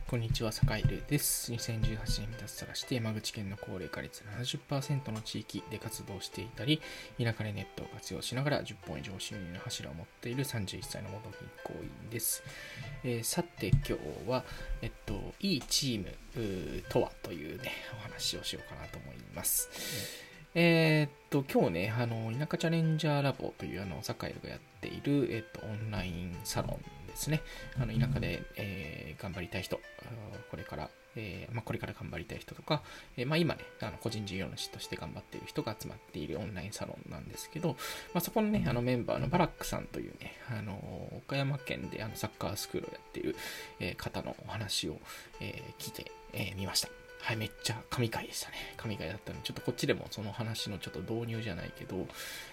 こんにちは、坂井瑠です。2018年に脱サラして山口県の高齢化率 70% の地域で活動していたり、田舎でネットを活用しながら10本以上収入の柱を持っている31歳の元銀行員です。さて今日は、いいチームとはというね、お話をしようかなと思います。今日ね、田舎チャレンジャーラボという坂井瑠がやっている、オンラインサロンですね。田舎で、頑張りたい人、これから、これから頑張りたい人とか、今ね、個人事業主として頑張っている人が集まっているオンラインサロンなんですけど、そこのね、メンバーのバラックさんというね、岡山県でサッカースクールをやっている、方のお話を、聞いてみました。はい、めっちゃ神回でしたね。神回だったので、ちょっとこっちでもその話のちょっと導入じゃないけど、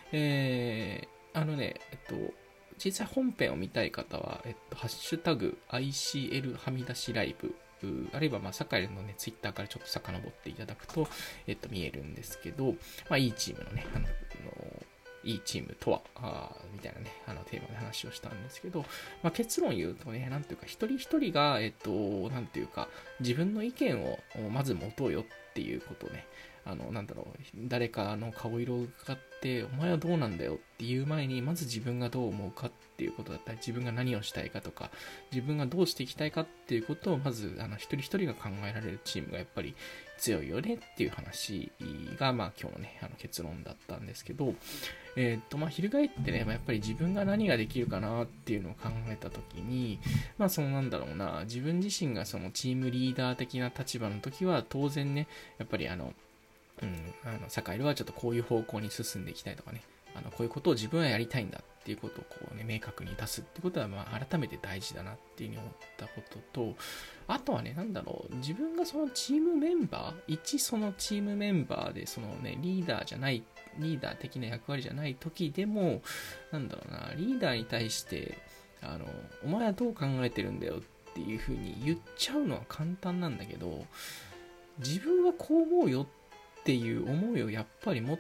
実際本編を見たい方は、ハッシュタグ ICL はみ出しライブ、あるいは坂井のね、ツイッターからちょっと遡っていただくと、見えるんですけど、いいチームのね、いいチームとは、みたいなね、テーマで話をしたんですけど、結論言うとね、なんていうか、一人一人が、なんていうか、自分の意見をまず持とうよっていうことをね、誰かの顔色を伺って、お前はどうなんだよっていう前に、まず自分がどう思うかっていうことだったり、自分が何をしたいかとか、自分がどうしていきたいかっていうことを、まず、一人一人が考えられるチームがやっぱり強いよねっていう話が、今日のね、結論だったんですけど、翻ってね、やっぱり自分が何ができるかなっていうのを考えたときに、自分自身がそのチームリーダー的な立場の時は、当然ね、やっぱり坂井はちょっとこういう方向に進んでいきたいとかね、こういうことを自分はやりたいんだっていうことをこうね、明確に出すってことは、改めて大事だなっていうふうに思ったことと、あとはね、自分がそのチームメンバー、そのチームメンバーで、そのね、リーダー的な役割じゃない時でも、リーダーに対して、お前はどう考えてるんだよっていうふうに言っちゃうのは簡単なんだけど、自分はこう思うよっていう思いをやっぱり持って、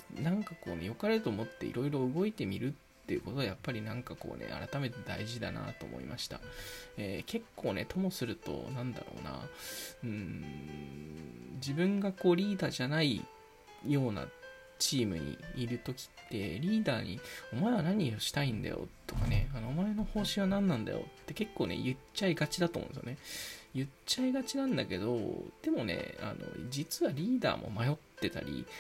良かれと思っていろいろ動いてみるっていうことはやっぱり改めて大事だなと思いました。結構ね、ともすると、自分がこうリーダーじゃないようなチームにいるときって、リーダーに、お前は何をしたいんだよとかね、お前の方針は何なんだよって結構ね、言っちゃいがちだと思うんですよね。言っちゃいがちなんだけど、でもね、実はリーダーも迷ってたり、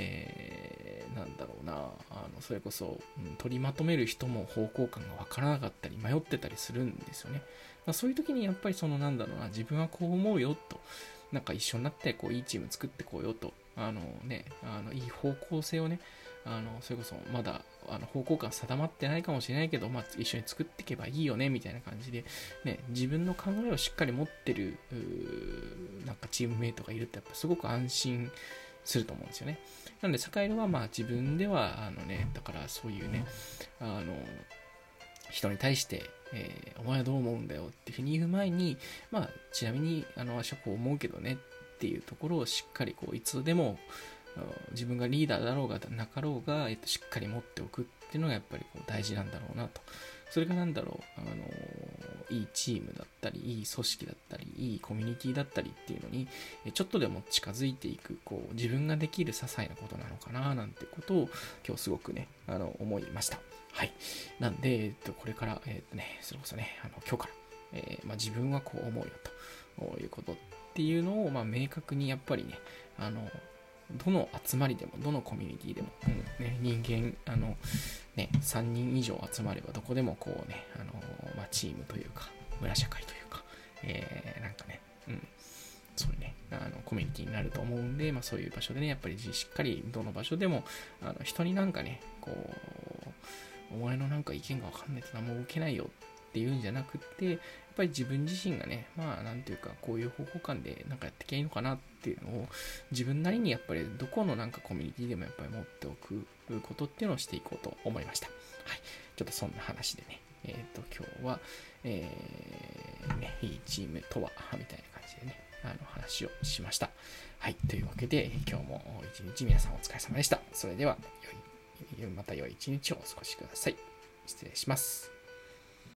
それこそ、取りまとめる人も方向感がわからなかったり、迷ってたりするんですよね。そういう時にやっぱり自分はこう思うよと、一緒になってこういいチーム作ってこうよと、いい方向性をね、それこそまだ方向感定まってないかもしれないけど、一緒に作っていけばいいよねみたいな感じで、ね、自分の考えをしっかり持ってるチームメイトがいるってやっぱすごく安心すると思うんですよね。なので坂井は自分ではだからそういうね、人に対して、お前はどう思うんだよっていうふうに言う前に、ちなみに私はこう思うけどねっていうところをしっかりいつでも自分がリーダーだろうがなかろうが、しっかり持っておくっていうのがやっぱり大事なんだろうなと。それがいいチームだったり、いい組織だったり、いいコミュニティだったりっていうのに、ちょっとでも近づいていく、自分ができる些細なことなのかななんてことを今日すごくね、思いました。はい。なんで、これから、それこそね、今日から、自分はこう思うよということっていうのを、明確にやっぱりね、どの集まりでも、どのコミュニティでも、人間、3人以上集まれば、どこでもチームというか、村社会というか、そういうね、コミュニティになると思うんで、そういう場所でね、やっぱりしっかりどの場所でも、人にお前の意見がわかんないと何も受けないよっていうんじゃなくて、やっぱり自分自身がね、こういう方向感でやっていけばいいのかなっていうのを、自分なりにやっぱりどこのコミュニティでもやっぱり持っておくことっていうのをしていこうと思いました。はい。ちょっとそんな話でね、今日は、いいチームとは、みたいな感じでね、話をしました。はい。というわけで、今日も一日皆さんお疲れ様でした。それでは、また良い一日をお過ごしください。失礼します。